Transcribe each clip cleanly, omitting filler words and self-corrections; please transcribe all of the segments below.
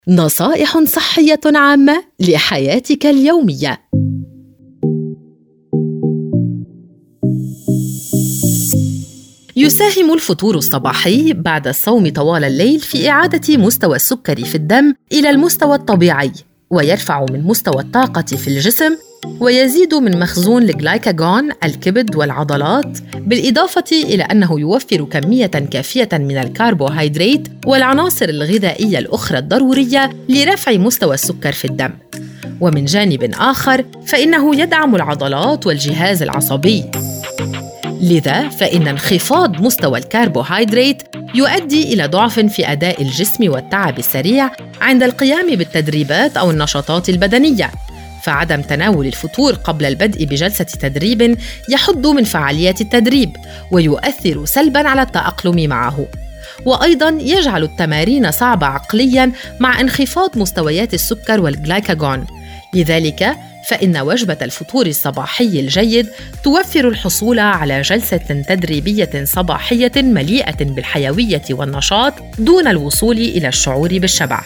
نصائح صحية عامة لحياتك اليومية. يساهم الفطور الصباحي بعد الصوم طوال الليل في إعادة مستوى السكري في الدم إلى المستوى الطبيعي، ويرفع من مستوى الطاقة في الجسم، ويزيد من مخزون الجلايكاجون الكبد والعضلات، بالإضافة إلى أنه يوفر كمية كافية من الكربوهيدرات والعناصر الغذائية الأخرى الضرورية لرفع مستوى السكر في الدم. ومن جانب آخر فإنه يدعم العضلات والجهاز العصبي، لذا فإن انخفاض مستوى الكربوهيدرات يؤدي إلى ضعف في أداء الجسم والتعب السريع عند القيام بالتدريبات أو النشاطات البدنية، فعدم تناول الفطور قبل البدء بجلسة تدريب يحد من فعالية التدريب ويؤثر سلباً على التأقلم معه، وأيضاً يجعل التمارين صعبة عقلياً مع انخفاض مستويات السكر والجلايكاجون. لذلك فإن وجبة الفطور الصباحي الجيد توفر الحصول على جلسة تدريبية صباحية مليئة بالحيوية والنشاط دون الوصول إلى الشعور بالشبع.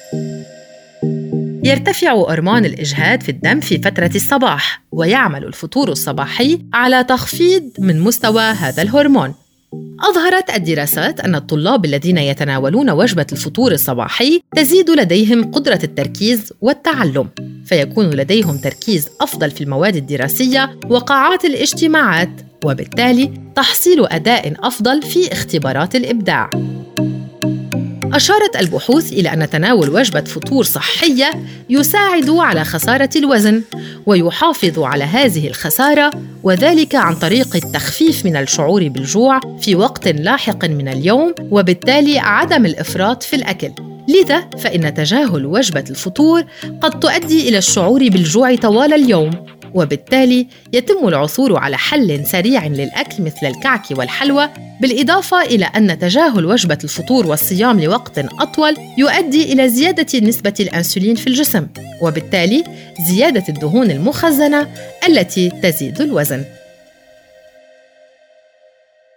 يرتفع هرمون الإجهاد في الدم في فترة الصباح، ويعمل الفطور الصباحي على تخفيض من مستوى هذا الهرمون. أظهرت الدراسات أن الطلاب الذين يتناولون وجبة الفطور الصباحي تزيد لديهم قدرة التركيز والتعلم، فيكون لديهم تركيز أفضل في المواد الدراسية وقاعات الاجتماعات، وبالتالي تحصيل أداء أفضل في اختبارات الإبداع. أشارت البحوث إلى أن تناول وجبة فطور صحية يساعد على خسارة الوزن، ويحافظ على هذه الخسارة، وذلك عن طريق التخفيف من الشعور بالجوع في وقت لاحق من اليوم، وبالتالي عدم الإفراط في الأكل. لذا فإن تجاهل وجبة الفطور قد تؤدي إلى الشعور بالجوع طوال اليوم، وبالتالي يتم العثور على حل سريع للأكل مثل الكعك والحلوى، بالإضافة إلى أن تجاهل وجبة الفطور والصيام لوقت أطول يؤدي إلى زيادة نسبة الأنسولين في الجسم، وبالتالي زيادة الدهون المخزنة التي تزيد الوزن.